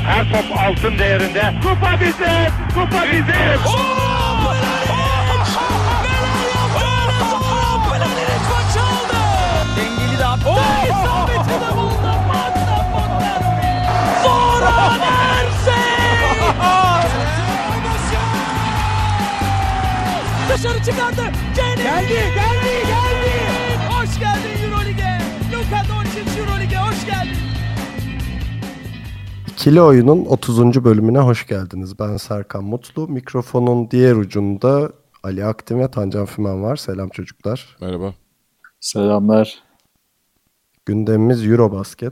Her top altın değerinde. Kupa bizim! Kupa bizim! Maç aldı. Dengeli de attı. İsabeti de buldu. Sonra dışarı çıkardı. Geldi. Hoş geldin Eurolig'e. Luka Doncic Eurolig'e hoş geldin. İkili Oyun'un 30. bölümüne hoş geldiniz. Ben Serkan Mutlu. Mikrofonun diğer ucunda Ali Aktin ve Tancan Fümen var. Selam çocuklar. Merhaba. Selamlar. Gündemimiz Eurobasket.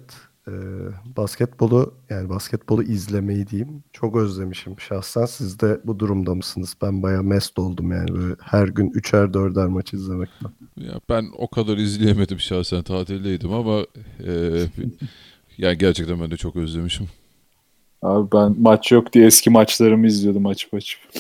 Basketbolu izlemeyi diyeyim. Çok özlemişim şahsen. Siz de bu durumda mısınız? Ben bayağı mest oldum yani. Böyle her gün 3'er 4'er maç izlemekten. Ya ben o kadar izleyemedim şahsen, tatildeydim ama yani gerçekten ben de çok özlemişim. Abi ben maç yok diye eski maçlarımı izliyordum açıp.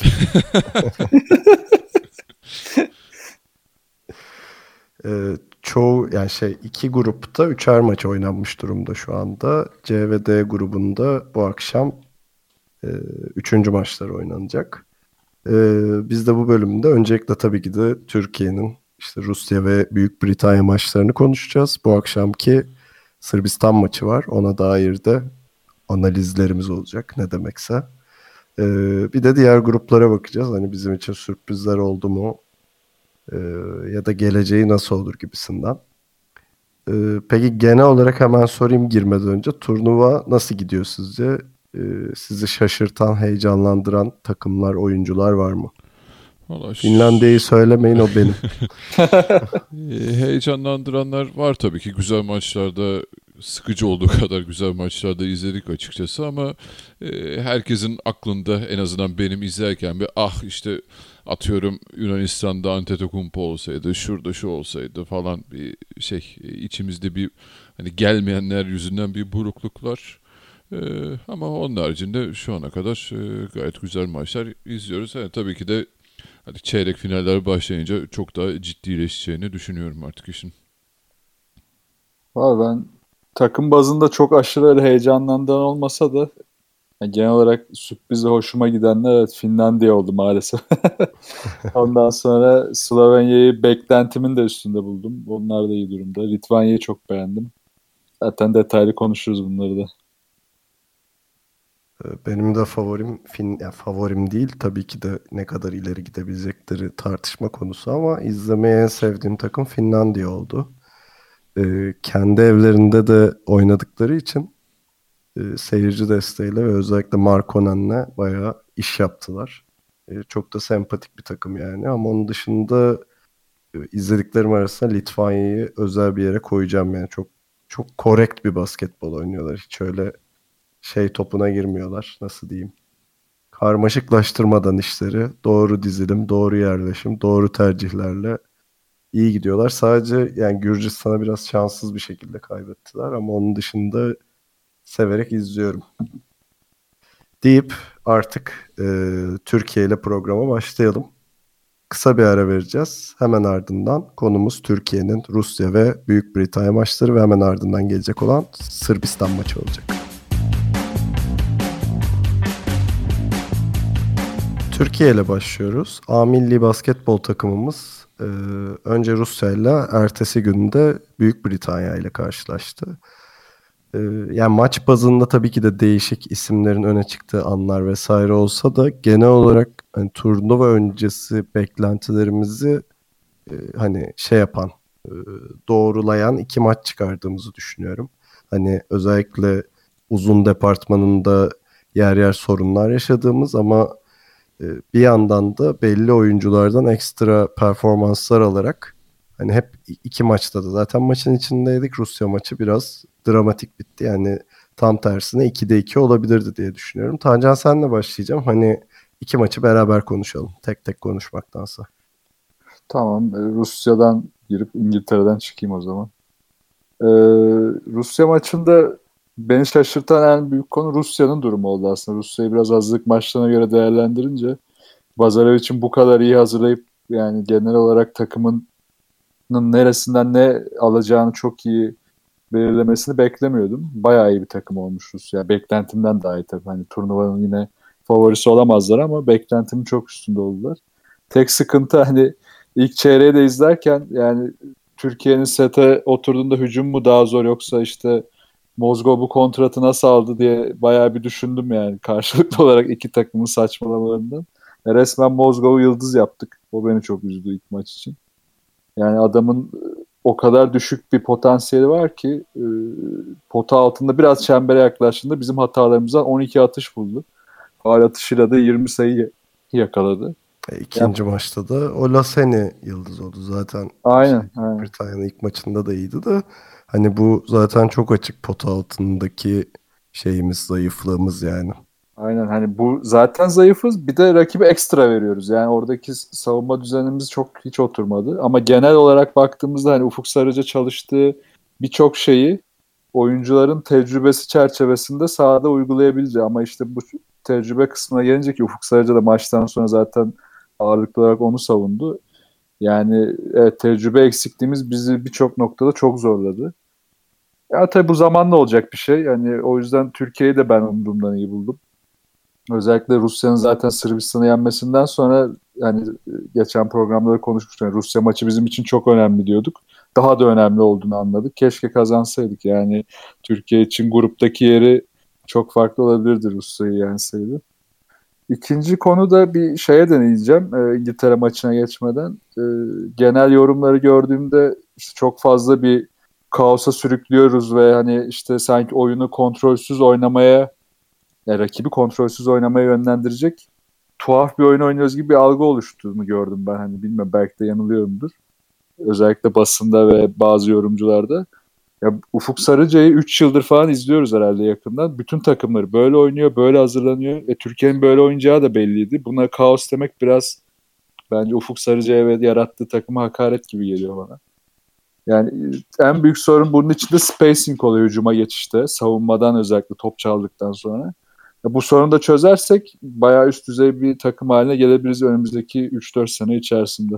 İki grupta 3'er maç oynanmış durumda şu anda. C ve D grubunda bu akşam 3. maçlar oynanacak. Biz de bu bölümde öncelikle tabii ki de Türkiye'nin işte Rusya ve Büyük Britanya maçlarını konuşacağız. Bu akşamki Sırbistan maçı var. Ona dair de analizlerimiz olacak ne demekse. Bir de diğer gruplara bakacağız. Hani bizim için sürprizler oldu mu? Ya da geleceği nasıl olur gibisinden. Peki genel olarak hemen sorayım girmeden önce. Turnuva nasıl gidiyor sizce? Sizi şaşırtan, heyecanlandıran takımlar, oyuncular var mı? Vallahi Finlandiya'yı söylemeyin, o benim. heyecanlandıranlar var tabii ki. Güzel maçlarda, sıkıcı olduğu kadar güzel maçlarda izledik açıkçası ama herkesin aklında, en azından benim izlerken bir işte atıyorum Yunanistan'da Antetokounmpo olsaydı, şurada şu olsaydı falan bir içimizde bir hani gelmeyenler yüzünden bir burukluk var. Ama onun haricinde şu ana kadar gayet güzel maçlar izliyoruz. Yani tabii ki de hadi çeyrek finaller başlayınca çok daha ciddileşeceğini düşünüyorum artık işin. Abi ben takım bazında çok aşırı öyle heyecanlandıran olmasa da yani genel olarak sürpriz ve hoşuma gidenler evet Finlandiya oldu maalesef. Ondan sonra Slovenya'yı beklentimin de üstünde buldum. Onlar da iyi durumda. Litvanya'yı çok beğendim. Zaten detaylı konuşuruz bunları da. Benim de favorim favorim değil tabii ki de, ne kadar ileri gidebilecekleri tartışma konusu, ama izlemeyi en sevdiğim takım Finlandiya oldu. Kendi evlerinde de oynadıkları için seyirci desteğiyle ve özellikle Markkonen'le bayağı iş yaptılar. Çok da sempatik bir takım yani, ama onun dışında izlediklerim arasında Litvanya'yı özel bir yere koyacağım yani. Çok çok korrekt bir basketbol oynuyorlar. Hiç öyle topuna girmiyorlar. Nasıl diyeyim? Karmaşıklaştırmadan işleri, doğru dizilim, doğru yerleşim, doğru tercihlerle iyi gidiyorlar. Sadece yani Gürcistan'a biraz şanssız bir şekilde kaybettiler, ama onun dışında severek izliyorum. Deyip artık Türkiye ile programa başlayalım. Kısa bir ara vereceğiz. Hemen ardından konumuz Türkiye'nin Rusya ve Büyük Britanya maçları ve hemen ardından gelecek olan Sırbistan maçı olacak. Türkiye ile başlıyoruz. A milli basketbol takımımız önce Rusya ile, ertesi günde Büyük Britanya ile karşılaştı. Yani maç bazında tabii ki de değişik isimlerin öne çıktığı anlar vesaire olsa da genel olarak hani turnuva öncesi beklentilerimizi doğrulayan iki maç çıkardığımızı düşünüyorum. Hani özellikle uzun departmanında yer yer sorunlar yaşadığımız, ama bir yandan da belli oyunculardan ekstra performanslar alarak hani hep iki maçta da zaten maçın içindeydik. Rusya maçı biraz dramatik bitti. Yani tam tersine 2'de 2 olabilirdi diye düşünüyorum. Tancan, senle başlayacağım. Hani iki maçı beraber konuşalım. Tek tek konuşmaktansa. Tamam. Rusya'dan girip İngiltere'den çıkayım o zaman. Rusya maçında beni şaşırtan en büyük konu Rusya'nın durumu oldu aslında. Rusya'yı biraz hazırlık maçlarına göre değerlendirince Bazarevic'in bu kadar iyi hazırlayıp yani genel olarak takımın neresinden ne alacağını çok iyi belirlemesini beklemiyordum. Bayağı iyi bir takım olmuş Rusya. Beklentimden daha iyi tabii. Hani turnuvanın yine favorisi olamazlar ama beklentimin çok üstünde oldular. Tek sıkıntı hani ilk çeyreği de izlerken yani Türkiye'nin sete oturduğunda hücum mu daha zor yoksa işte Mozgov bu kontratı nasıl aldı diye bayağı bir düşündüm yani karşılıklı olarak iki takımın saçmalamalarından. Resmen Mozgov'u yıldız yaptık. O beni çok üzdü ilk maç için. Yani adamın o kadar düşük bir potansiyeli var ki pota altında biraz çembere yaklaştığında bizim hatalarımızdan 12 atış buldu. Faal atışıyla da 20 sayı yakaladı. İkinci maçta da Olaseni yıldız oldu zaten. Aynen. Britanya'nın ilk maçında da iyiydi de hani bu zaten çok açık pota altındaki şeyimiz, zayıflığımız yani. Aynen hani bu zaten zayıfız bir de rakibe ekstra veriyoruz. Yani oradaki savunma düzenimiz çok hiç oturmadı. Ama genel olarak baktığımızda hani Ufuk Sarıca çalıştığı birçok şeyi oyuncuların tecrübesi çerçevesinde sahada uygulayabildi. Ama işte bu tecrübe kısmına gelince ki Ufuk Sarıca da maçtan sonra zaten ağırlıklı olarak onu savundu. Yani evet, tecrübe eksikliğimiz bizi birçok noktada çok zorladı. Ya tabii bu zamanla olacak bir şey. Yani o yüzden Türkiye'yi de ben umduğumdan iyi buldum. Özellikle Rusya'nın zaten Sırbistan'ı yenmesinden sonra yani geçen programda da konuşmuştuk. Yani Rusya maçı bizim için çok önemli diyorduk. Daha da önemli olduğunu anladık. Keşke kazansaydık. Yani Türkiye için gruptaki yeri çok farklı olabilirdi Rusya'yı yenseydi. İkinci konu da bir şeye deneyeceğim İngiltere maçına geçmeden. Genel yorumları gördüğümde işte çok fazla bir kaosa sürüklüyoruz ve hani işte sanki oyunu kontrolsüz oynamaya yani rakibi kontrolsüz oynamaya yönlendirecek tuhaf bir oyun oynuyoruz gibi bir algı oluştuğunu gördüm ben. Hani bilmiyorum belki de yanılıyorumdur. Özellikle basında ve bazı yorumcularda. Ya Ufuk Sarıca'yı 3 yıldır falan izliyoruz herhalde yakından. Bütün takımları böyle oynuyor, böyle hazırlanıyor. Türkiye'nin böyle oynayacağı da belliydi. Buna kaos demek biraz bence Ufuk Sarıca'ya ve yarattığı takıma hakaret gibi geliyor bana. Yani en büyük sorun bunun içinde spacing oluyor hücuma geçişte. Savunmadan özellikle top çaldıktan sonra. Bu sorunu da çözersek bayağı üst düzey bir takım haline gelebiliriz önümüzdeki 3-4 sene içerisinde.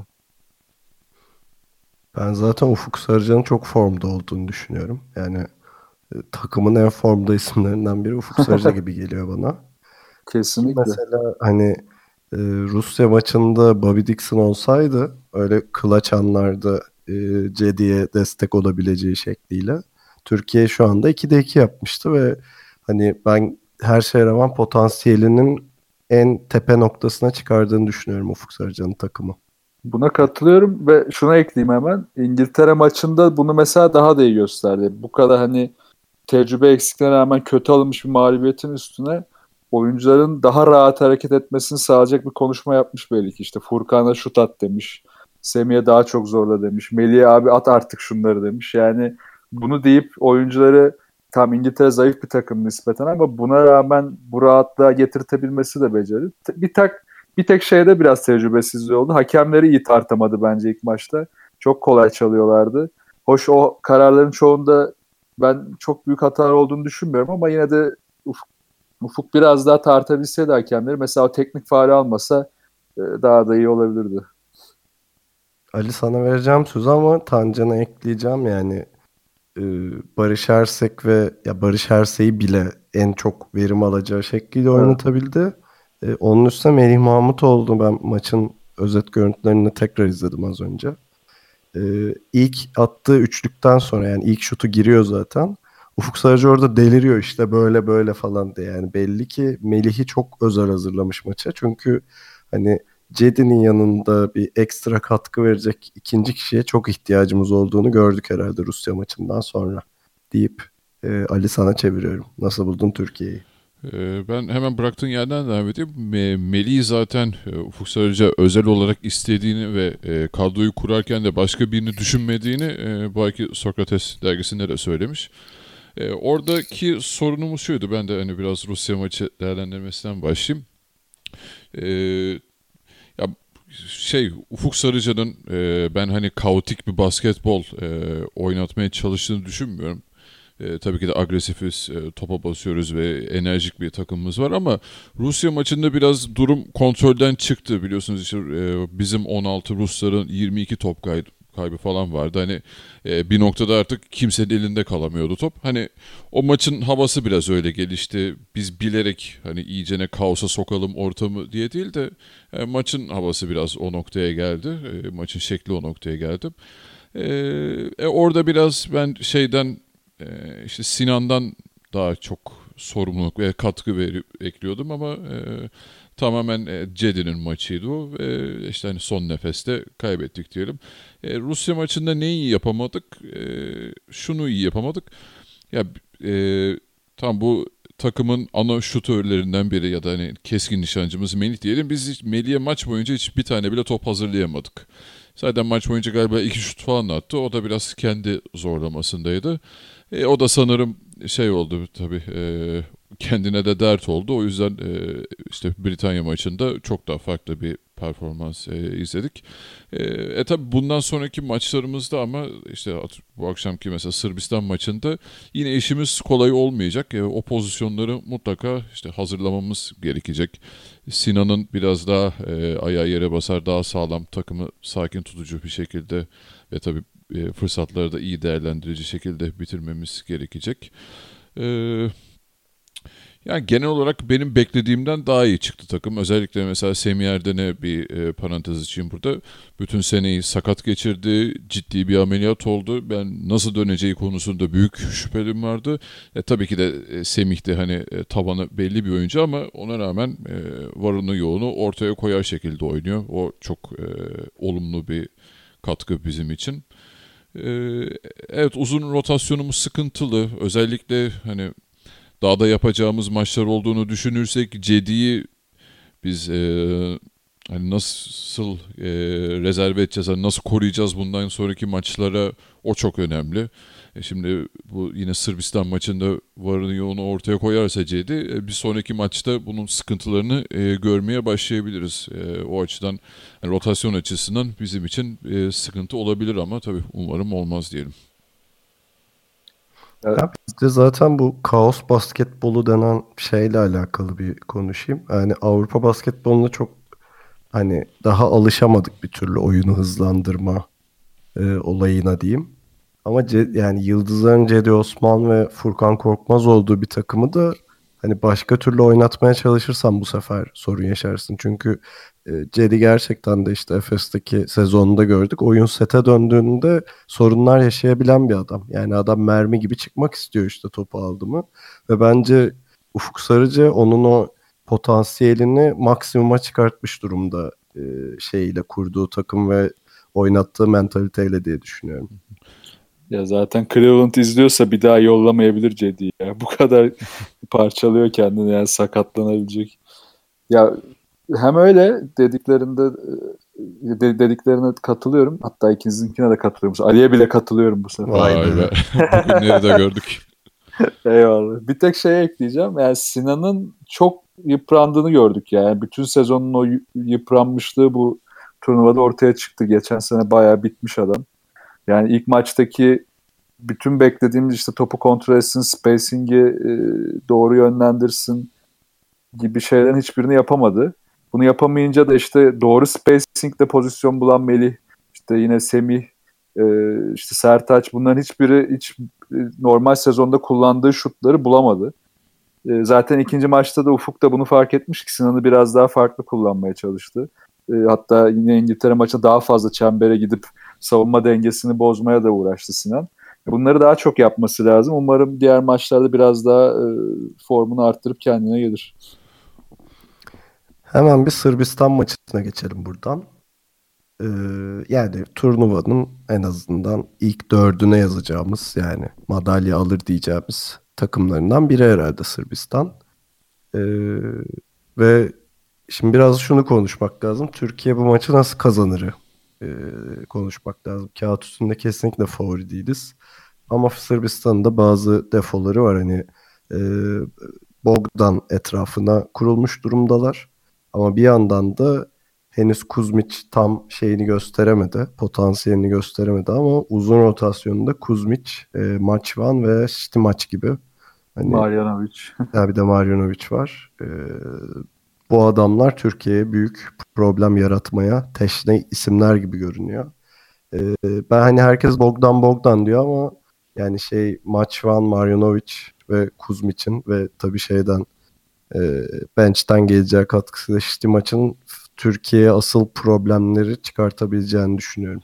Ben zaten Ufuk Sarıcan'ın çok formda olduğunu düşünüyorum. Yani takımın en formda isimlerinden biri Ufuk Sarıca gibi geliyor bana. Kesinlikle. Mesela hani Rusya maçında Bobby Dixon olsaydı öyle clutch anlarda Cedi'ye destek olabileceği şekliyle Türkiye şu anda 2'de 2 yapmıştı ve hani ben her şeye rağmen potansiyelinin en tepe noktasına çıkardığını düşünüyorum Ufuk Sarıcan'ın takımı. Buna katılıyorum ve şuna ekleyeyim hemen. İngiltere maçında bunu mesela daha da iyi gösterdi. Bu kadar hani tecrübe eksikliğine rağmen kötü alınmış bir mağlubiyetin üstüne oyuncuların daha rahat hareket etmesini sağlayacak bir konuşma yapmış belli ki. İşte Furkan'a şut at demiş. Semih'e daha çok zorla demiş. Melih'e abi at artık şunları demiş. Yani bunu deyip oyuncuları tam İngiltere zayıf bir takım nispeten ama buna rağmen bu rahatlığa getirtebilmesi de beceri. Bir tek şeyde biraz tecrübesizliği oldu. Hakemleri iyi tartamadı bence ilk maçta. Çok kolay çalıyorlardı. Hoş o kararların çoğunda ben çok büyük hatalar olduğunu düşünmüyorum ama yine de Ufuk biraz daha tartabilseydi hakemleri mesela o teknik faul almasa daha da iyi olabilirdi. Ali sana vereceğim sözü ama Tancan'a ekleyeceğim yani Barış Ersek ve ya Barış Ersek'i bile en çok verim alacağı şekliyle oynatabildi. Onun üstüne Melih Mahmut oldu. Ben maçın özet görüntülerini tekrar izledim az önce. İlk attığı üçlükten sonra yani ilk şutu giriyor zaten. Ufuk Sarıcı orada deliriyor işte böyle böyle falan diye. Yani belli ki Melih'i çok özel hazırlamış maça. Çünkü hani Cedi'nin yanında bir ekstra katkı verecek ikinci kişiye çok ihtiyacımız olduğunu gördük herhalde Rusya maçından sonra deyip Ali sana çeviriyorum. Nasıl buldun Türkiye'yi? Ben hemen bıraktığın yerden devam edeyim. Melih'i zaten Ufuk Sarıca özel olarak istediğini ve kadroyu kurarken de başka birini düşünmediğini belki Sokrates dergisinde de söylemiş. Oradaki sorunumuz şuydu. Ben de hani biraz Rusya maçı değerlendirmesinden başlayayım. Ya Ufuk Sarıca'nın ben hani kaotik bir basketbol oynatmaya çalıştığını düşünmüyorum. Tabii ki de agresifiz, topa basıyoruz ve enerjik bir takımımız var ama Rusya maçında biraz durum kontrolden çıktı. Biliyorsunuz işte bizim 16 Rusların 22 top kaybı falan vardı. Hani bir noktada artık kimsenin elinde kalamıyordu top. Hani o maçın havası biraz öyle gelişti. Biz bilerek hani iyicene kaosa sokalım ortamı diye değil de maçın havası biraz o noktaya geldi. Maçın şekli o noktaya geldi. Orada biraz ben işte Sinan'dan daha çok sorumluluk ve katkı ekliyordum ama tamamen Cedi'nin maçıydı o. İşte hani son nefeste kaybettik diyelim. Rusya maçında neyi iyi yapamadık? Şunu iyi yapamadık. Ya tam bu takımın ana şutörlerinden biri ya da hani keskin nişancımız Melih diyelim. Biz Melih'e maç boyunca hiç bir tane bile top hazırlayamadık. Zaten maç boyunca galiba 2 şut falan attı. O da biraz kendi zorlamasındaydı. O da sanırım oldu tabii, kendine de dert oldu. O yüzden işte Britanya maçında çok daha farklı bir performans izledik. Tabii bundan sonraki maçlarımızda ama işte bu akşamki mesela Sırbistan maçında yine işimiz kolay olmayacak. O pozisyonları mutlaka işte hazırlamamız gerekecek. Sinan'ın biraz daha ayağı yere basar, daha sağlam, takımı sakin tutucu bir şekilde ve tabii fırsatları da iyi değerlendirici şekilde bitirmemiz gerekecek. Yani genel olarak benim beklediğimden daha iyi çıktı takım. Özellikle mesela Semih Erden'e bir parantez açayım burada. Bütün seneyi sakat geçirdi, ciddi bir ameliyat oldu. Ben nasıl döneceği konusunda büyük şüphelim vardı. Tabii ki de Semih de hani tabanı belli bir oyuncu ama ona rağmen varını yoğunu ortaya koyar şekilde oynuyor. O çok olumlu bir katkı bizim için. Evet, uzun rotasyonumuz sıkıntılı. Özellikle hani daha da yapacağımız maçlar olduğunu düşünürsek Cedi'yi biz hani nasıl rezerve edeceğiz, hani nasıl koruyacağız bundan sonraki maçlara, o çok önemli. Şimdi bu yine Sırbistan maçında varını yoğunu ortaya koyarsa Cedi, bir sonraki maçta bunun sıkıntılarını görmeye başlayabiliriz. O açıdan yani rotasyon açısından bizim için sıkıntı olabilir ama tabii umarım olmaz diyelim. Ya bizde zaten bu kaos basketbolu denen şeyle alakalı bir konuşayım. Yani Avrupa basketboluna çok hani daha alışamadık bir türlü oyunu hızlandırma olayına diyeyim. Ama yani Yıldızların Cedi Osman ve Furkan Korkmaz olduğu bir takımı da hani başka türlü oynatmaya çalışırsan bu sefer sorun yaşarsın. Çünkü Cedi gerçekten de işte Efes'teki sezonunda gördük. Oyun sete döndüğünde sorunlar yaşayabilen bir adam. Yani adam mermi gibi çıkmak istiyor işte topu aldı mı. Ve bence Ufuk Sarıcı onun o potansiyelini maksimuma çıkartmış durumda, şeyiyle kurduğu takım ve oynattığı mentaliteyle diye düşünüyorum. Ya zaten Cleveland izliyorsa bir daha yollamayabilir Cedi'yi ya. Bu kadar parçalıyor kendini, yani sakatlanabilecek. Ya hem öyle dediklerine katılıyorum. Hatta ikinizinkine de katılıyorum. Ali'ye bile katılıyorum bu sefer. Vay Vay be. be. Bugünleri de gördük. Eyvallah. Bir tek şeye ekleyeceğim. Yani Sinan'ın çok yıprandığını gördük yani. Bütün sezonun o yıpranmışlığı bu turnuvada ortaya çıktı. Geçen sene bayağı bitmiş adam. Yani ilk maçtaki bütün beklediğimiz işte topu kontrol etsin, spacing'i doğru yönlendirsin gibi şeylerin hiçbirini yapamadı. Bunu yapamayınca da işte doğru spacing'de pozisyon bulan Melih, işte yine Semih, işte Sertaç, bunların hiçbiri normal sezonda kullandığı şutları bulamadı. Zaten ikinci maçta da Ufuk da bunu fark etmiş ki Sinan'ı biraz daha farklı kullanmaya çalıştı. Hatta yine İngiltere maçı daha fazla çembere gidip savunma dengesini bozmaya da uğraştı Sinan. Bunları daha çok yapması lazım. Umarım diğer maçlarda biraz daha formunu arttırıp kendine gelir. Hemen bir Sırbistan maçına geçelim buradan. Yani turnuvanın en azından ilk dördüne yazacağımız, yani madalya alır diyeceğimiz takımlarından biri herhalde Sırbistan. Ee, Ve şimdi biraz şunu konuşmak lazım. Türkiye bu maçı nasıl kazanırı konuşmak lazım. Kağıt üstünde kesinlikle favori değiliz. Ama Sırbistan'ın da bazı defoları var. Hani e, Bogdan etrafına kurulmuş durumdalar. Ama bir yandan da henüz Kuzmic tam şeyini gösteremedi. Potansiyelini gösteremedi ama uzun rotasyonunda Kuzmic, Maçvan ve Stimac gibi. Hani Marjanovic. ya bir de Marjanovic var. Bu adamlar Türkiye'ye büyük problem yaratmaya teşne isimler gibi görünüyor. Ben hani herkes Bogdan diyor ama yani Maçvan, Marjanovic ve Kuzmic'in ve tabii bench'ten geleceği katkısıyla maçın Türkiye'ye asıl problemleri çıkartabileceğini düşünüyorum.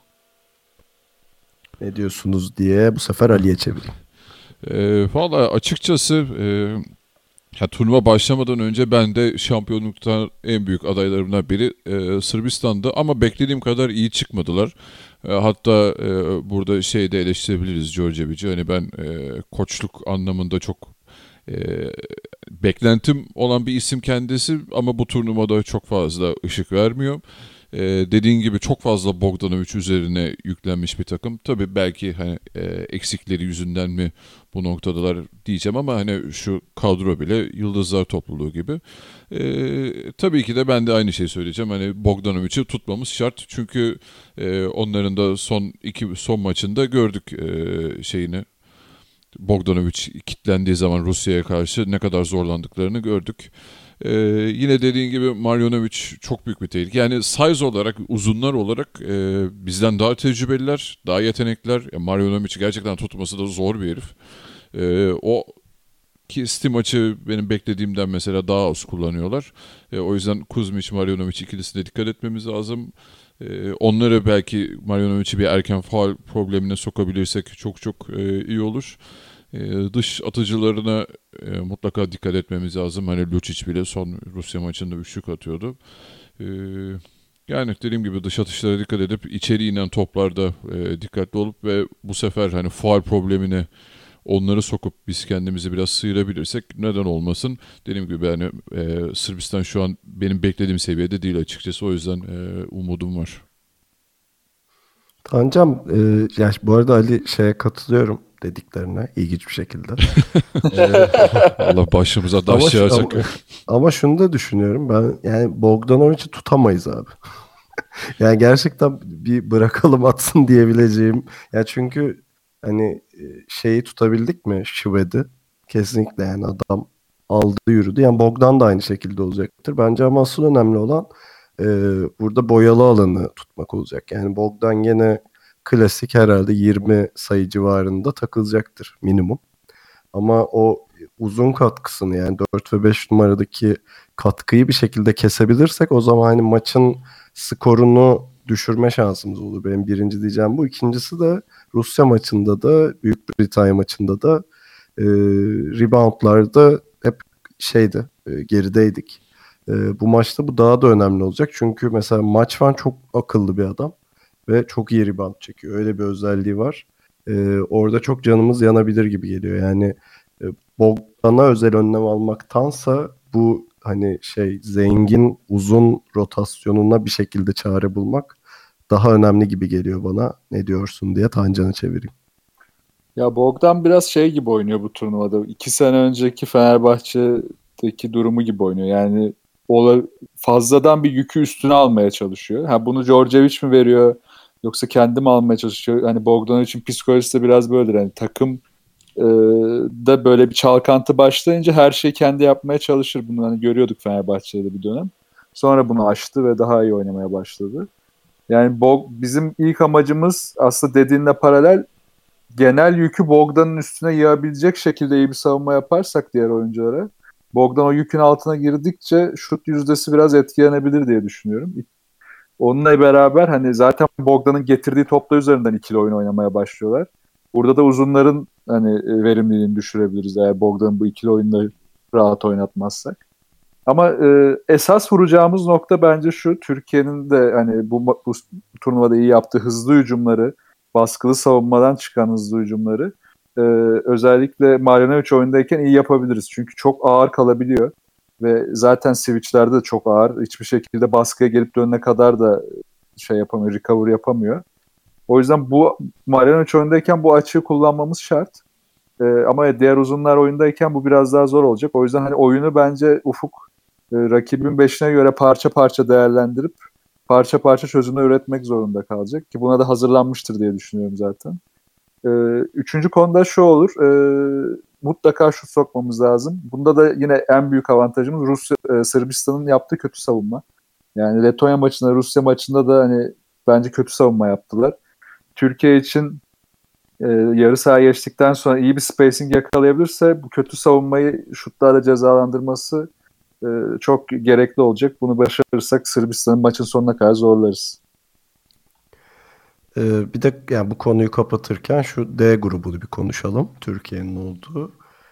Ne diyorsunuz diye bu sefer Ali'ye çevireyim. Valla açıkçası turnuva başlamadan önce ben de şampiyonluktan en büyük adaylarımdan biri Sırbistan'dı ama beklediğim kadar iyi çıkmadılar. Hatta burada de eleştirebiliriz Djordjevic'i. Hani ben koçluk anlamında çok beklentim olan bir isim kendisi ama bu turnuvada çok fazla ışık vermiyor. Dediğin gibi çok fazla Bogdanovic üzerine yüklenmiş bir takım. Tabii belki eksikleri yüzünden mi bu noktadalar diyeceğim ama hani şu kadro bile yıldızlar topluluğu gibi. Tabii ki de ben de aynı şeyi söyleyeceğim. Hani Bogdanovic'i tutmamız şart. Çünkü onların da son maçında gördük Bogdanovic kitlendiği zaman Rusya'ya karşı ne kadar zorlandıklarını gördük. Yine dediğin gibi Marjanovic çok büyük bir tehlike. Yani size olarak, uzunlar olarak bizden daha tecrübeliler, daha yetenekliler. Marjanovic gerçekten tutması da zor bir herif. O ki maçı benim beklediğimden mesela daha az kullanıyorlar. O yüzden Kuzmic, Marjanovic ikilisine dikkat etmemiz lazım. Onları belki Marjanovic'i bir erken faul problemine sokabilirsek çok iyi olur. Dış atıcılarına mutlaka dikkat etmemiz lazım. Hani Lucic bile son Rusya maçında üçlük atıyordu. Yani dediğim gibi dış atışlara dikkat edip içeri inen toplarda dikkatli olup ve bu sefer hani faul problemine onları sokup biz kendimizi biraz sıyırabilirsek neden olmasın. Dediğim gibi yani Sırbistan şu an benim beklediğim seviyede değil açıkçası. O yüzden umudum var. Tancam, bu arada Ali katılıyorum dediklerine ilginç bir şekilde. Allah başımıza taş yağacak. Ama şunu da düşünüyorum ben, yani Bogdanovic'i tutamayız abi. Yani gerçekten bir bırakalım atsın diyebileceğim. Ya çünkü hani tutabildik mi Şved'i? Kesinlikle yani adam aldı yürüdü. Yani Bogdan da aynı şekilde olacaktır. Bence ama asıl önemli olan burada boyalı alanı tutmak olacak. Yani Bogdan gene klasik herhalde 20 sayı civarında takılacaktır minimum. Ama o uzun katkısını yani 4 ve 5 numaradaki katkıyı bir şekilde kesebilirsek o zaman hani maçın skorunu düşürme şansımız olur. Benim birinci diyeceğim bu. İkincisi de Rusya maçında da Büyük Britanya maçında da reboundlarda hep gerideydik. Bu maçta bu daha da önemli olacak. Çünkü mesela Maçvan çok akıllı bir adam ve çok iyi rebound çekiyor. Öyle bir özelliği var. Orada çok canımız yanabilir gibi geliyor. Yani Bogdan'a özel önlem almaktansa bu hani zengin uzun rotasyonuna bir şekilde çare bulmak daha önemli gibi geliyor bana. Ne diyorsun diye Tancan'ı çevireyim. Ya Bogdan biraz gibi oynuyor bu turnuvada. 2 sene önceki Fenerbahçe'deki durumu gibi oynuyor. Yani fazladan bir yükü üstüne almaya çalışıyor. Bunu Djordjevic mi veriyor yoksa kendi mi almaya çalışıyor? Hani Bogdan için psikolojisi de biraz böyledir. Yani takım da böyle bir çalkantı başlayınca her şeyi kendi yapmaya çalışır. Bunu hani görüyorduk Fenerbahçe'de bir dönem. Sonra bunu aştı ve daha iyi oynamaya başladı. Yani bizim ilk amacımız aslında dediğinle paralel genel yükü Bogdan'ın üstüne yığabilecek şekilde iyi bir savunma yaparsak diğer oyunculara Bogdan o yükün altına girdikçe şut yüzdesi biraz etkilenebilir diye düşünüyorum. Onunla beraber hani zaten Bogdan'ın getirdiği topla üzerinden ikili oyun oynamaya başlıyorlar. Burada da uzunların hani verimliliğini düşürebiliriz eğer Bogdan'ın bu ikili oyunları rahat oynatmazsak. Ama esas vuracağımız nokta bence şu: Türkiye'nin de hani bu turnuvada iyi yaptığı hızlı hücumları, baskılı savunmadan çıkan hızlı hücumları özellikle Marjanovic oyundayken iyi yapabiliriz. Çünkü çok ağır kalabiliyor ve zaten switchlerde de çok ağır. Hiçbir şekilde baskıya gelip dönene kadar da yapamıyor, recover yapamıyor. O yüzden bu Marjanovic oyundayken bu açığı kullanmamız şart. Ama diğer uzunlar oyundayken bu biraz daha zor olacak. O yüzden hani oyunu bence Ufuk rakibin beşine göre parça parça değerlendirip parça parça çözümler üretmek zorunda kalacak. Ki buna da hazırlanmıştır diye düşünüyorum zaten. Üçüncü konuda şu olur. Mutlaka şut sokmamız lazım. Bunda da yine en büyük avantajımız Sırbistan'ın yaptığı kötü savunma. Yani Letonya maçında, Rusya maçında da hani bence kötü savunma yaptılar. Türkiye için yarı sahaya geçtikten sonra iyi bir spacing yakalayabilirse bu kötü savunmayı şutlarla cezalandırması çok gerekli olacak. Bunu başarırsak Sırbistan'ın maçın sonuna kadar zorlarız. Bir de yani bu konuyu kapatırken şu D grubunu bir konuşalım. Türkiye'nin olduğu.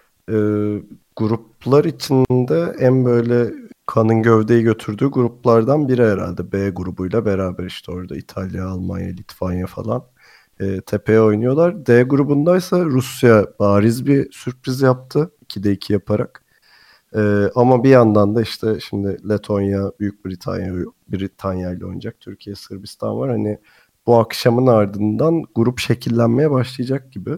Gruplar içinde en böyle kanın gövdeyi götürdüğü gruplardan biri herhalde. B grubuyla beraber işte orada İtalya, Almanya, Litvanya falan tepeye oynuyorlar. D grubundaysa Rusya bariz bir sürpriz yaptı. 2'de 2 yaparak. Ama bir yandan da işte şimdi Letonya, Büyük Britanya ile oynayacak. Türkiye, Sırbistan var. Hani bu akşamın ardından grup şekillenmeye başlayacak gibi.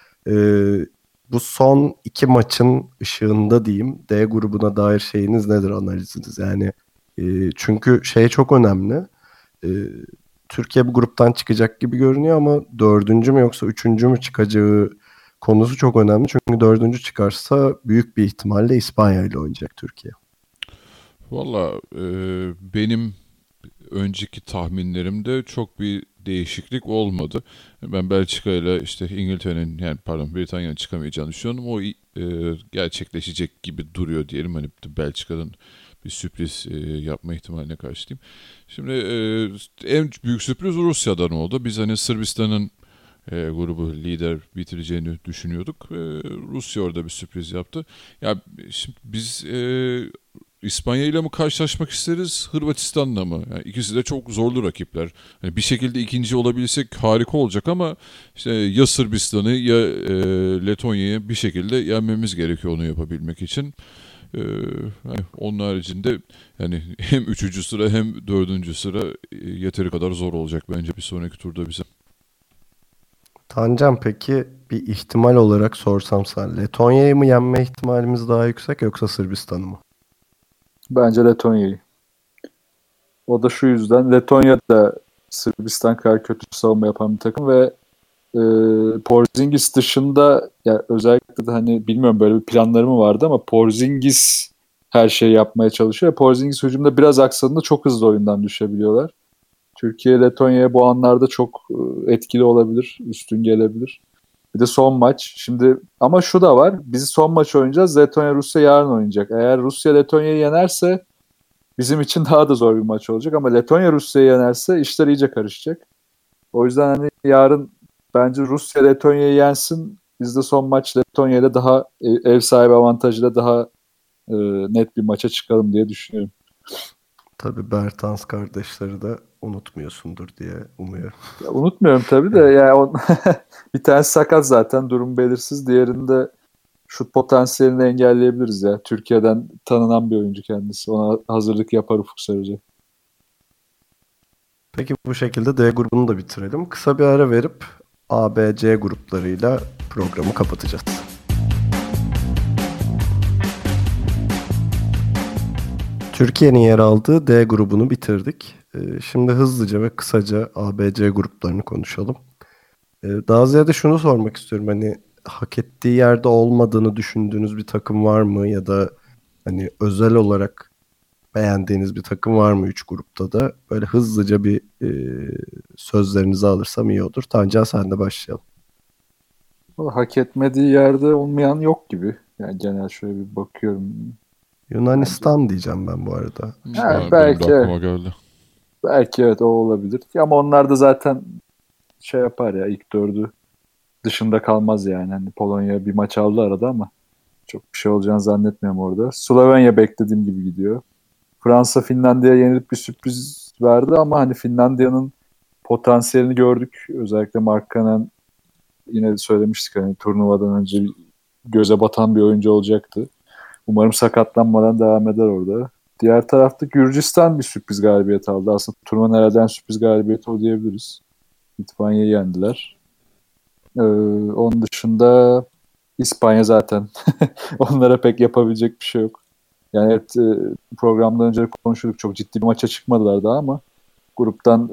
Bu son 2 maçın ışığında diyeyim D grubuna dair şeyiniz nedir, analiziniz? Yani çünkü şey çok önemli. E, Türkiye bu gruptan çıkacak gibi görünüyor ama 4. mü yoksa 3. mü çıkacağı konusu çok önemli. Çünkü 4. çıkarsa büyük bir ihtimalle İspanya ile oynayacak Türkiye. Valla benim önceki tahminlerimde çok bir değişiklik olmadı. Ben Belçika ile işte İngiltere'nin Britanya'nın çıkamayacağını düşünüyorum. O gerçekleşecek gibi duruyor diyelim. Hani Belçika'nın bir sürpriz yapma ihtimaline karşı diyeyim. Şimdi en büyük sürpriz Rusya'dan oldu. Biz hani Sırbistan'ın grubu lider bitireceğini düşünüyorduk. Rusya orada bir sürpriz yaptı. Ya şimdi biz İspanya ile mi karşılaşmak isteriz, Hırvatistan'la mı? Yani ikisi de çok zorlu rakipler. Yani bir şekilde ikinci olabilsek harika olacak ama işte ya Sırbistan'ı ya Letonya'yı bir şekilde yenmemiz gerekiyor onu yapabilmek için. Yani onun haricinde yani hem 3. sıra hem 4. sıra yeteri kadar zor olacak bence bir sonraki turda bize. Tancan, peki bir ihtimal olarak sorsam sana, Letonya'yı mı yenme ihtimalimiz daha yüksek yoksa Sırbistan'ı mı? Bence Letonya'yı. O da şu yüzden Letonya da Sırbistan kadar kötü savunma yapan bir takım ve Porzingis dışında ya özellikle de hani bilmiyorum böyle bir planları mı vardı ama Porzingis her şeyi yapmaya çalışıyor. Porzingis hücumda biraz aksadığında çok hızlı oyundan düşebiliyorlar. Türkiye Letonya'ya bu anlarda çok etkili olabilir, üstün gelebilir. Bir de son maç. Şimdi ama şu da var. Biz son maç oynayacağız. Letonya Rusya yarın oynayacak. Eğer Rusya Letonya'yı yenerse bizim için daha da zor bir maç olacak ama Letonya Rusya'yı yenerse işler iyice karışacak. O yüzden hani yarın bence Rusya Letonya'yı yensin. Biz de son maç Letonya ile daha ev sahibi avantajıyla daha net bir maça çıkalım diye düşünüyorum. Tabii Bertans kardeşleri de unutmuyorsundur diye umuyorum. Ya, unutmuyorum tabii de yani bir tanesi sakat zaten durum belirsiz. Diğerinde şut potansiyelini engelleyebiliriz ya. Türkiye'den tanınan bir oyuncu kendisi. Ona hazırlık yapar Ufuk Sarıcı. Peki bu şekilde D grubunu da bitirelim. Kısa bir ara verip A, B, C gruplarıyla programı kapatacağız. Türkiye'nin yer aldığı D grubunu bitirdik. Şimdi hızlıca ve kısaca A, B, C gruplarını konuşalım. Daha ziyade şunu sormak istiyorum. Hani hak ettiği yerde olmadığını düşündüğünüz bir takım var mı? Ya da hani özel olarak beğendiğiniz bir takım var mı 3 grupta da? Böyle hızlıca bir sözlerinizi alırsam iyi olur. Tancan, sen de başlayalım. Hak etmediği yerde olmayan yok gibi. Yani genel şöyle bir bakıyorum. Yunanistan diyeceğim ben bu arada. Ha, Benim de belki aklıma geldi. belki evet o olabilir. Ama onlar da zaten şey yapar ya ilk dördü dışında kalmaz yani. Hani Polonya bir maç aldı arada ama çok bir şey olacağını zannetmiyorum orada. Slovenya beklediğim gibi gidiyor. Fransa Finlandiya'ya yenilip bir sürpriz verdi ama hani Finlandiya'nın potansiyelini gördük. Özellikle Markkanen yine söylemiştik hani turnuvadan önce göze batan bir oyuncu olacaktı. Umarım sakatlanmadan devam eder orada. Diğer tarafta Gürcistan bir sürpriz galibiyet aldı. Aslında turnuvanın herhalde en sürpriz galibiyeti o diyebiliriz. Litvanya'yı yendiler. Onun dışında İspanya zaten. Onlara pek yapabilecek bir şey yok. Yani evet, programdan önce konuşuyorduk. Çok ciddi bir maça çıkmadılar daha ama gruptan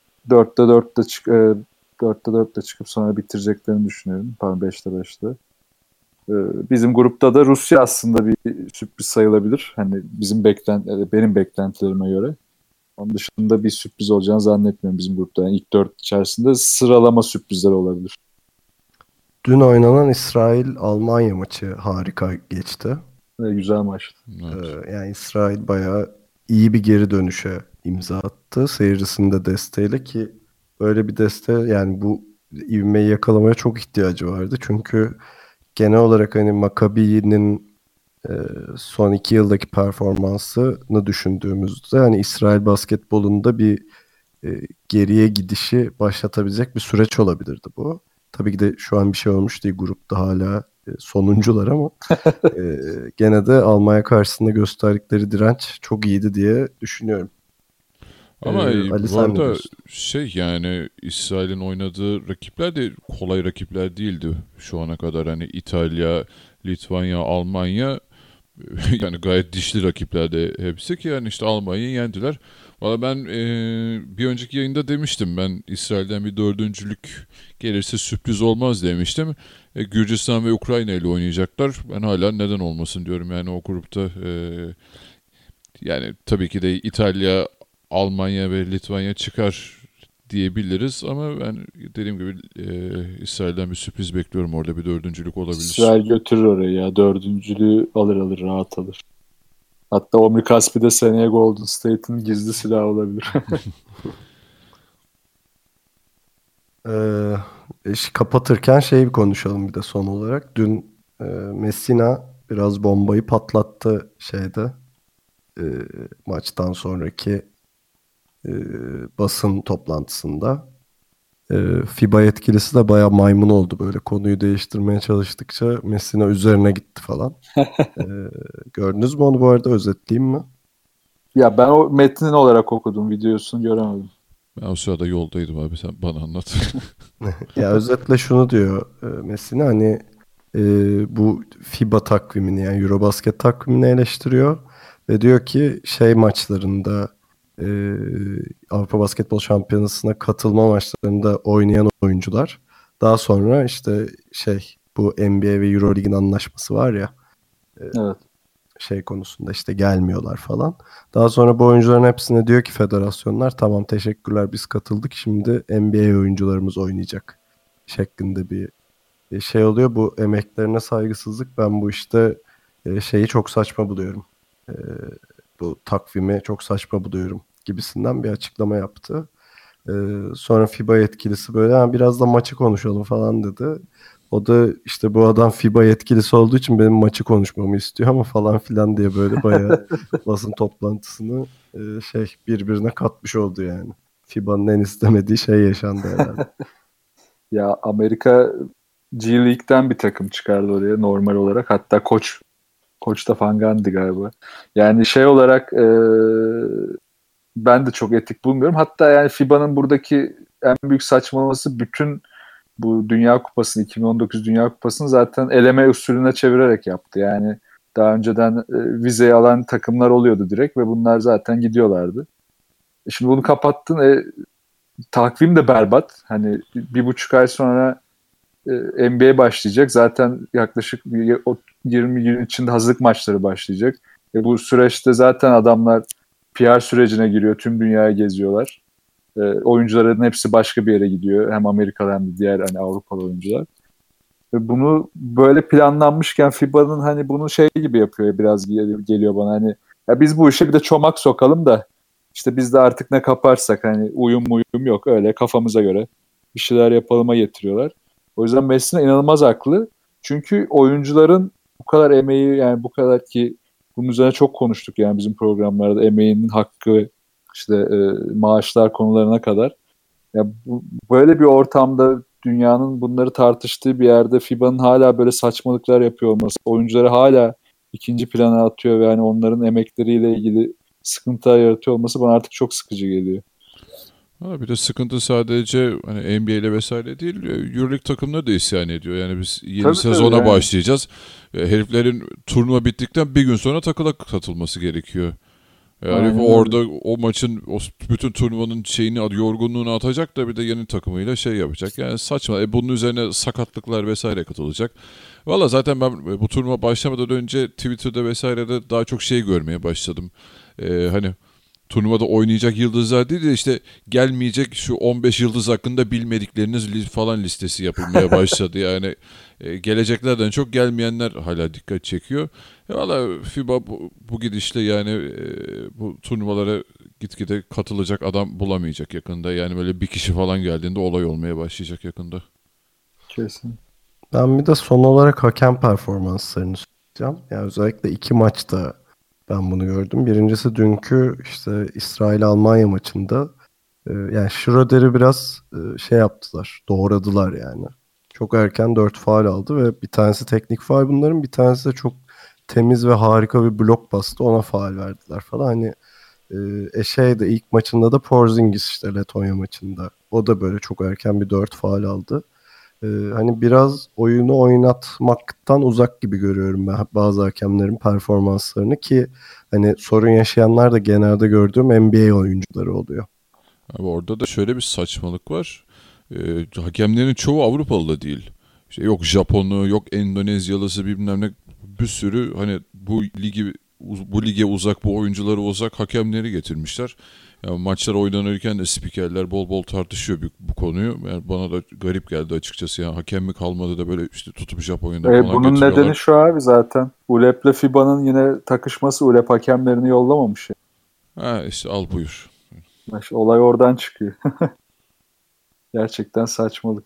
4'te 4'te çıkıp sonra bitireceklerini düşünüyorum. Pardon 5'te 5'te. Bizim grupta da Rusya aslında bir sürpriz sayılabilir. Hani benim beklentilerime göre. Onun dışında bir sürpriz olacağını zannetmiyorum bizim grupta. Yani ilk 4 içerisinde sıralama sürprizleri olabilir. Dün oynanan İsrail-Almanya maçı harika geçti. Güzel maçtı. Evet. Yani İsrail bayağı iyi bir geri dönüşe imza attı. Seyircisinin de desteğiyle ki böyle bir desteğe yani bu ivmeyi yakalamaya çok ihtiyacı vardı. Çünkü genel olarak hani Maccabi'nin son 2 yıldaki performansını düşündüğümüzde hani İsrail basketbolunda bir geriye gidişi başlatabilecek bir süreç olabilirdi bu. Tabii ki de şu an bir şey olmuş değil. Grupta hala sonuncular ama gene de Almanya karşısında gösterdikleri direnç çok iyiydi diye düşünüyorum. Ama Ali bu sen ne arada diyorsun? yani İsrail'in oynadığı rakipler de kolay rakipler değildi şu ana kadar. Hani İtalya, Litvanya, Almanya yani gayet dişli rakiplerdi hepsi ki yani işte Almanya'yı yendiler. Valla ben bir önceki yayında demiştim, ben İsrail'den bir dördüncülük gelirse sürpriz olmaz demiştim. Gürcistan ve Ukrayna ile oynayacaklar. Ben hala neden olmasın diyorum yani o grupta. Yani tabii ki de İtalya, Almanya ve Litvanya çıkar diyebiliriz ama ben dediğim gibi İsrail'den bir sürpriz bekliyorum, orada bir dördüncülük olabilir. İsrail götürür orayı ya. Dördüncülüğü alır rahat alır. Hatta Omri Kaspi de seneye Golden State'in gizli silahı olabilir. Kapatırken bir konuşalım bir de son olarak. Dün Messina biraz bombayı patlattı e, maçtan sonraki basın toplantısında. FIBA yetkilisi de bayağı maymun oldu, böyle konuyu değiştirmeye çalıştıkça Messina üzerine gitti falan. E, Gördünüz mü onu, bu arada özetleyeyim mi? Ya ben o metnin olarak okudum. Videosunu göremedim. Ben o sırada yoldaydım abi, sen bana anlat. Ya özetle şunu diyor Messina, hani bu FIBA takvimini yani Eurobasket takvimini eleştiriyor ve diyor ki maçlarında e, Avrupa Basketbol Şampiyonası'na katılma maçlarında oynayan oyuncular daha sonra işte bu NBA ve Euroleague'in anlaşması var ya, Evet. konusunda işte gelmiyorlar falan. Daha sonra bu oyuncuların hepsine diyor ki federasyonlar, tamam teşekkürler biz katıldık, şimdi NBA oyuncularımız oynayacak şeklinde bir oluyor. Bu emeklerine saygısızlık, ben bu işte çok saçma buluyorum. E, Bu takvimi çok saçma buluyorum gibisinden bir açıklama yaptı. Sonra FIBA yetkilisi böyle biraz da maçı konuşalım falan dedi. O da işte bu adam FIBA yetkilisi olduğu için benim maçı konuşmamı istiyor ama falan filan diye böyle bayağı basın toplantısını birbirine katmış oldu yani. FIBA'nın en istemediği yaşandı herhalde. Ya Amerika G League'den bir takım çıkardı oraya normal olarak. Hatta koç da Van Gundy galiba. Yani olarak ben de çok etik bulmuyorum. Hatta yani FIBA'nın buradaki en büyük saçmalaması, bütün bu Dünya Kupası'nı, 2019 Dünya Kupası'nı zaten eleme usulüne çevirerek yaptı. Yani daha önceden vizeyi alan takımlar oluyordu direkt ve bunlar zaten gidiyorlardı. Şimdi bunu kapattın. Takvim de berbat. Hani 1,5 ay sonra NBA başlayacak. Zaten yaklaşık 20 gün içinde hazırlık maçları başlayacak. Bu süreçte zaten adamlar PR sürecine giriyor. Tüm dünyaya geziyorlar. Oyuncuların hepsi başka bir yere gidiyor. Hem Amerikalı hem de diğer Avrupalı oyuncular. Ve bunu böyle planlanmışken FIBA'nın hani bunu gibi yapıyor, biraz geliyor bana, hani ya biz bu işe bir de çomak sokalım da işte biz de artık ne kaparsak, hani uyum yok, öyle kafamıza göre bir şeyler yapalıma getiriyorlar. O yüzden Messina inanılmaz haklı. Çünkü oyuncuların bu kadar emeği, yani bu kadar ki bunun üzerine çok konuştuk yani bizim programlarda, emeğinin hakkı, işte maaşlar konularına kadar. Ya böyle bir ortamda, dünyanın bunları tartıştığı bir yerde FIBA'nın hala böyle saçmalıklar yapıyor olması, oyuncuları hala ikinci plana atıyor ve yani onların emekleriyle ilgili sıkıntılar yaratıyor olması bana artık çok sıkıcı geliyor. Bir de sıkıntı sadece hani NBA ile vesaire değil, Euroleague takımları da isyan ediyor. Yani biz yeni Tabii, sezona yani başlayacağız. Heriflerin turnuva bittikten bir gün sonra takıla katılması gerekiyor. Yani Aynen orada o maçın, bütün turnuvanın yorgunluğunu atacak da bir de yeni takımıyla yapacak. Yani saçma. Bunun üzerine sakatlıklar vesaire katılacak. Valla zaten ben bu turnuva başlamadan önce Twitter'da vesairede daha çok görmeye başladım. Hani turnuvada oynayacak yıldızlar değil de işte gelmeyecek şu 15 yıldız hakkında bilmedikleriniz falan listesi yapılmaya başladı. Yani geleceklerden çok gelmeyenler hala dikkat çekiyor. Valla FIBA bu gidişle yani bu turnuvalara gitgide katılacak adam bulamayacak yakında. Yani böyle bir kişi falan geldiğinde olay olmaya başlayacak yakında. Kesin. Ben bir de son olarak hakem performanslarını söyleyeceğim. Yani özellikle 2 maçta ben bunu gördüm. Birincisi dünkü işte İsrail-Almanya maçında yani Schröder'i biraz şey yaptılar. Doğradılar yani. Çok erken 4 faul aldı ve bir tanesi teknik faul bunların. Bir tanesi de çok temiz ve harika bir blok bastı. Ona faul verdiler falan. Hani şeyde ilk maçında da Porzingis işte Letonya maçında. O da böyle çok erken bir 4 faul aldı. Hani biraz oyunu oynatmaktan uzak gibi görüyorum ben bazı hakemlerin performanslarını ki hani sorun yaşayanlar da genelde gördüğüm NBA oyuncuları oluyor. Abi orada da şöyle bir saçmalık var. Hakemlerin çoğu Avrupalı da değil. İşte yok Japonlu, yok Endonezyalısı bilmem ne, bir sürü hani bu lige uzak, bu oyuncuları uzak hakemleri getirmişler. Yani maçlar oynanırken de spikerler bol bol tartışıyor bu konuyu. Yani bana da garip geldi açıkçası. Yani hakem mi kalmadı da böyle işte tutup Japonya'da falan Bunun getiriyorlar. nedeni şu abi zaten. ULEP'le FIBA'nın yine takışması, ULEP hakemlerini yollamamış. Ha işte al buyur. Olay oradan çıkıyor. Gerçekten saçmalık.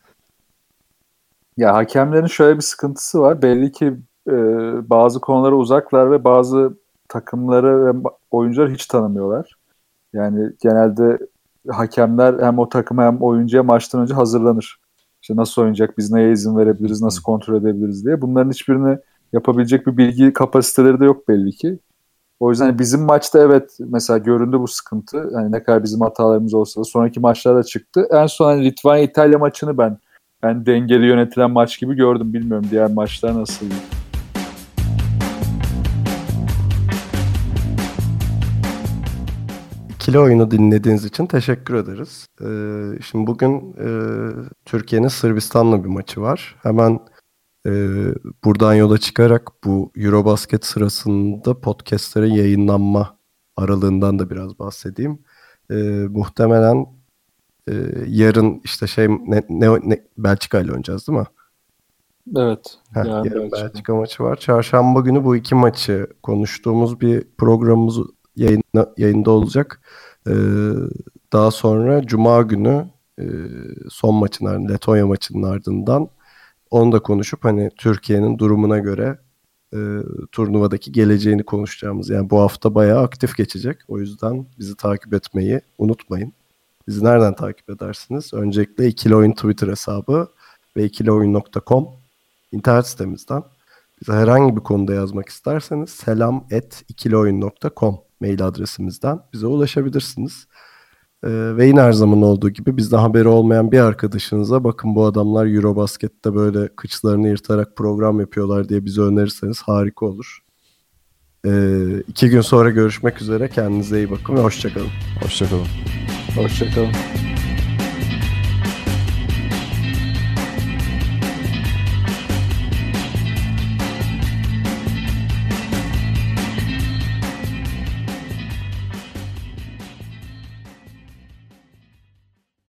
Ya hakemlerin şöyle bir sıkıntısı var. Belli ki bazı konulara uzaklar ve bazı takımları ve oyuncuları hiç tanımıyorlar. Yani genelde hakemler hem o takıma hem oyuncuya maçtan önce hazırlanır. İşte nasıl oynayacak, biz neye izin verebiliriz, nasıl kontrol edebiliriz diye. Bunların hiçbirini yapabilecek bir bilgi kapasiteleri de yok belli ki. O yüzden bizim maçta evet mesela göründü bu sıkıntı. Yani ne kadar bizim hatalarımız olsa da sonraki maçlarda çıktı. En son hani Litvanya-İtalya maçını ben dengeli yönetilen maç gibi gördüm. Bilmiyorum diğer maçlar nasıldı. İkili oyunu dinlediğiniz için teşekkür ederiz. Şimdi bugün Türkiye'nin Sırbistan'la bir maçı var. Hemen buradan yola çıkarak bu Eurobasket sırasında podcastlerin yayınlanma aralığından da biraz bahsedeyim. Muhtemelen yarın işte Belçika ile oynayacağız değil mi? Evet. Yarın Belçika maçı var. Çarşamba günü bu 2 maçı konuştuğumuz bir programımız yayında olacak. Daha sonra Cuma günü son maçın Letonya maçının ardından onu da konuşup hani Türkiye'nin durumuna göre turnuvadaki geleceğini konuşacağımız. Yani bu hafta bayağı aktif geçecek. O yüzden bizi takip etmeyi unutmayın. Bizi nereden takip edersiniz? Öncelikle İkili Oyun Twitter hesabı ve ikilioyun.com internet sitemizden. Bize herhangi bir konuda yazmak isterseniz selam@ikilioyun.com mail adresimizden bize ulaşabilirsiniz. Ve yine her zaman olduğu gibi bizden haberi olmayan bir arkadaşınıza bakın bu adamlar Eurobasket'te böyle kıçlarını yırtarak program yapıyorlar diye bize önerirseniz harika olur. 2 gün sonra görüşmek üzere. Kendinize iyi bakın ve hoşçakalın. Hoşçakalın. Hoşçakalın.